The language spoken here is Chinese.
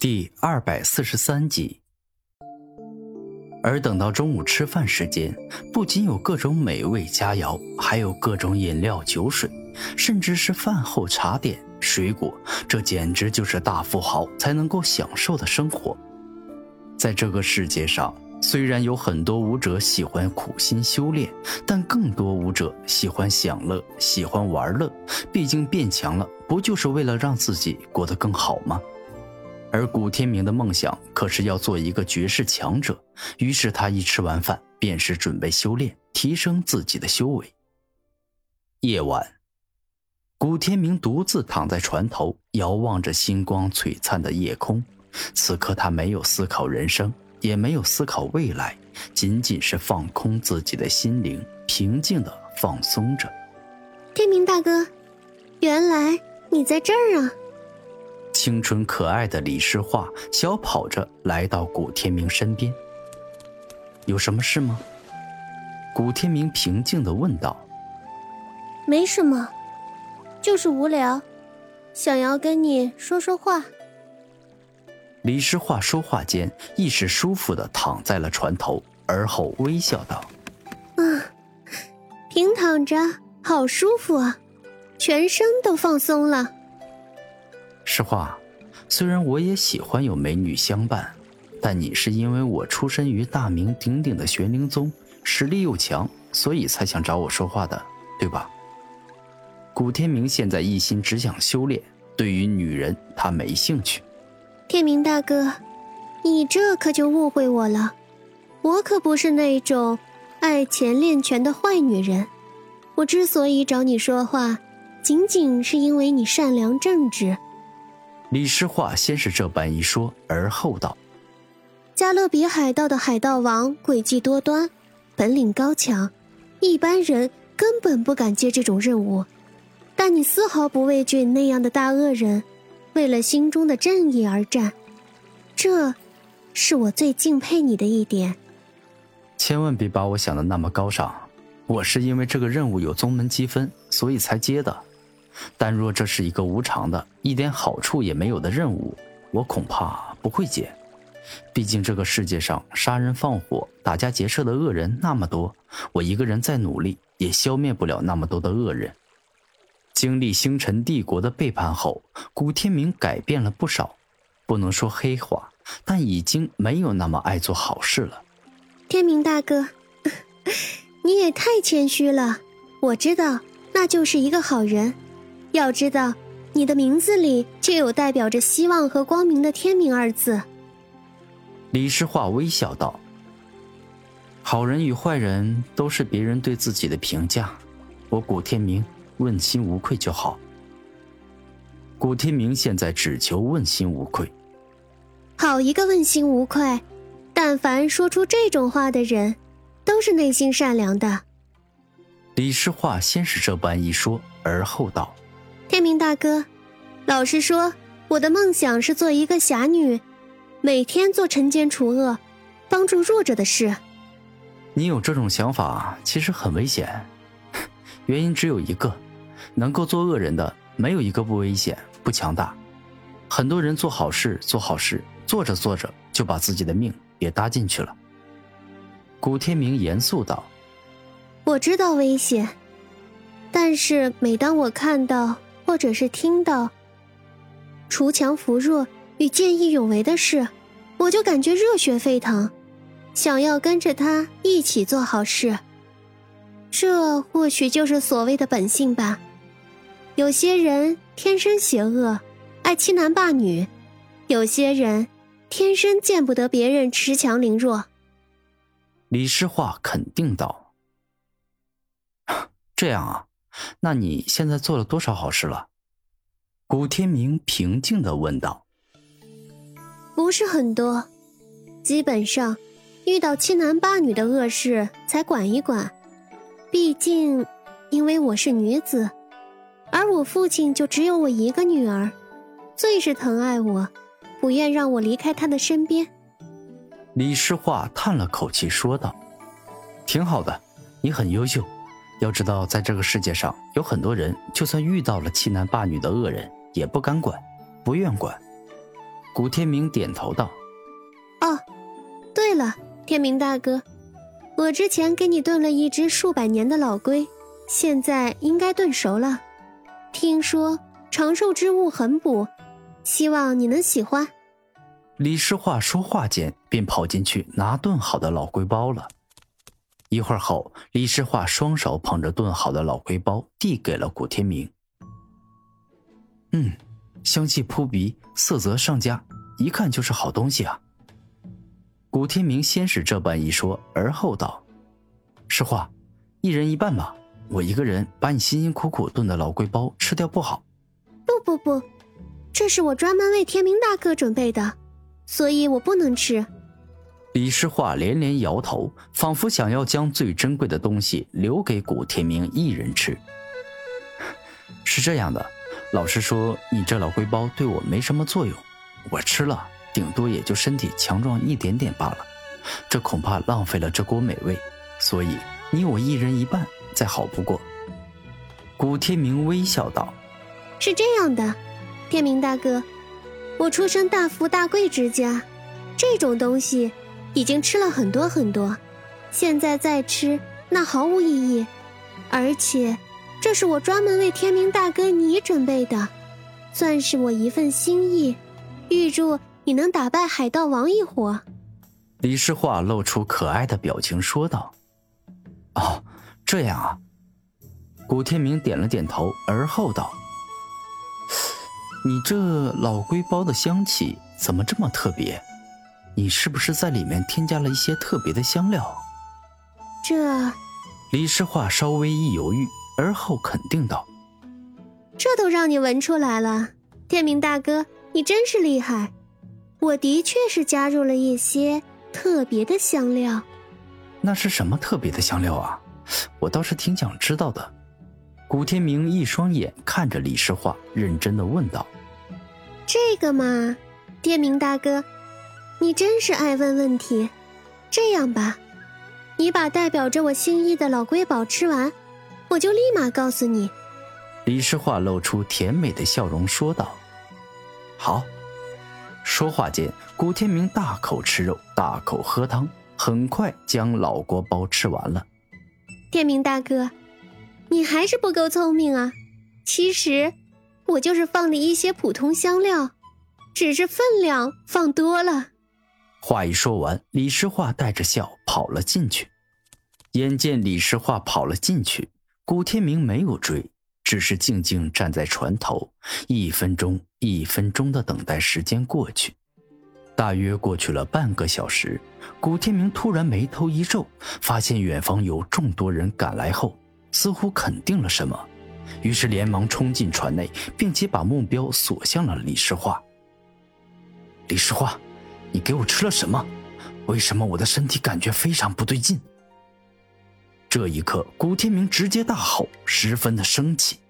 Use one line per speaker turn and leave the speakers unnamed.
第243集。而等到中午吃饭时间，不仅有各种美味佳肴，还有各种饮料酒水，甚至是饭后茶点水果，这简直就是大富豪才能够享受的生活。在这个世界上，虽然有很多武者喜欢苦心修炼，但更多武者喜欢享乐，喜欢玩乐，毕竟变强了不就是为了让自己过得更好吗？而古天明的梦想可是要做一个绝世强者，于是他一吃完饭便是准备修炼，提升自己的修为。夜晚，古天明独自躺在船头，遥望着星光璀璨的夜空。此刻他没有思考人生，也没有思考未来，仅仅是放空自己的心灵，平静地放松着。
天明大哥，原来你在这儿啊。
清纯可爱的李诗画小跑着来到古天明身边。有什么事吗？古天明平静地问道。
没什么，就是无聊，想要跟你说说话。
李诗画说话间一时舒服地躺在了船头，而后微笑道：
平躺着好舒服啊，全身都放松了。
诗画，虽然我也喜欢有美女相伴，但你是因为我出身于大名鼎鼎的玄灵宗，实力又强，所以才想找我说话的，对吧？古天明现在一心只想修炼，对于女人他没兴趣。
天明大哥，你这可就误会我了，我可不是那种爱钱恋权的坏女人。我之所以找你说话，仅仅是因为你善良正直。
李诗画先是这般一说，而后道：
加勒比海盗的海盗王诡计多端，本领高强，一般人根本不敢接这种任务，但你丝毫不畏惧那样的大恶人，为了心中的正义而战，这是我最敬佩你的一点。
千万别把我想的那么高尚，我是因为这个任务有宗门积分，所以才接的。但若这是一个无偿的，一点好处也没有的任务，我恐怕不会接。毕竟这个世界上杀人放火、打家劫舍的恶人那么多，我一个人再努力也消灭不了那么多的恶人。经历星辰帝国的背叛后，古天明改变了不少，不能说黑化，但已经没有那么爱做好事了。
天明大哥，你也太谦虚了，我知道那就是一个好人。要知道，你的名字里就有代表着希望和光明的天明二字。
李诗画微笑道：好人与坏人都是别人对自己的评价，我古天明问心无愧就好。古天明现在只求问心无愧。
好一个问心无愧，但凡说出这种话的人，都是内心善良的。
李诗画先是这般一说，而后道：
天明大哥，老实说，我的梦想是做一个侠女，每天做惩奸除恶，帮助弱者的事。
你有这种想法其实很危险，原因只有一个，能够做恶人的没有一个不危险不强大。很多人做好事做着做着就把自己的命也搭进去了。古天明严肃道：
我知道危险，但是每当我看到或者是听到锄强扶弱与见义勇为的事，我就感觉热血沸腾，想要跟着他一起做好事。这或许就是所谓的本性吧。有些人天生邪恶，爱欺男霸女，有些人天生见不得别人恃强凌弱。
李诗画肯定道：这样啊，那你现在做了多少好事了？古天明平静地问道。
不是很多，基本上遇到欺男霸女的恶事才管一管，毕竟因为我是女子，而我父亲就只有我一个女儿，最是疼爱我，不愿让我离开他的身边。
李诗画叹了口气说道：挺好的，你很优秀。要知道在这个世界上有很多人就算遇到了欺男霸女的恶人也不敢管不愿管。 古天明点头道：
哦，对了，天明大哥，我之前给你炖了一只数百年的老龟，现在应该炖熟了。听说长寿之物很补，希望你能喜欢。
李诗画说话间便跑进去拿炖好的老龟包了。一会儿后，李诗画双手捧着炖好的老龟包递给了古天明。香气扑鼻，色泽上佳，一看就是好东西啊。古天明先是这般一说，而后道：诗画，一人一半吧，我一个人把你辛辛苦苦炖的老龟包吃掉不好。
不，这是我专门为天明大哥准备的，所以我不能吃。
李诗画连连摇头，仿佛想要将最珍贵的东西留给古天明一人吃。是这样的，老实说，你这老龟包对我没什么作用，我吃了顶多也就身体强壮一点点罢了，这恐怕浪费了这锅美味，所以你我一人一半再好不过。古天明微笑道：
是这样的，天明大哥，我出身大富大贵之家，这种东西已经吃了很多很多，现在再吃那毫无意义，而且这是我专门为天明大哥你准备的，算是我一份心意，预祝你能打败海盗王一伙。
李诗画露出可爱的表情说道：哦，这样啊。古天明点了点头，而后道：你这老龟包的香气怎么这么特别？你是不是在里面添加了一些特别的香料？李诗画稍微一犹豫，而后肯定道：
这都让你闻出来了，天明大哥，你真是厉害，我的确是加入了一些特别的香料。
那是什么特别的香料啊？我倒是挺想知道的。古天明一双眼看着李诗画，认真地问道：
这个嘛，天明大哥，你真是爱问问题。这样吧，你把代表着我心意的老龟堡吃完，我就立马告诉你。
李诗画露出甜美的笑容说道：好。说话间，古天明大口吃肉，大口喝汤，很快将老锅包吃完了。
天明大哥，你还是不够聪明啊，其实我就是放了一些普通香料，只是分量放多了。
话一说完，李诗画带着笑跑了进去。眼见李诗画跑了进去，古天明没有追，只是静静站在船头，一分钟一分钟的等待时间过去。大约过去了半个小时，古天明突然眉头一皱，发现远方有众多人赶来后，似乎肯定了什么，于是连忙冲进船内，并且把目标锁向了李诗画。李诗画，你给我吃了什么？为什么我的身体感觉非常不对劲？这一刻，古天明直接大吼，十分的生气。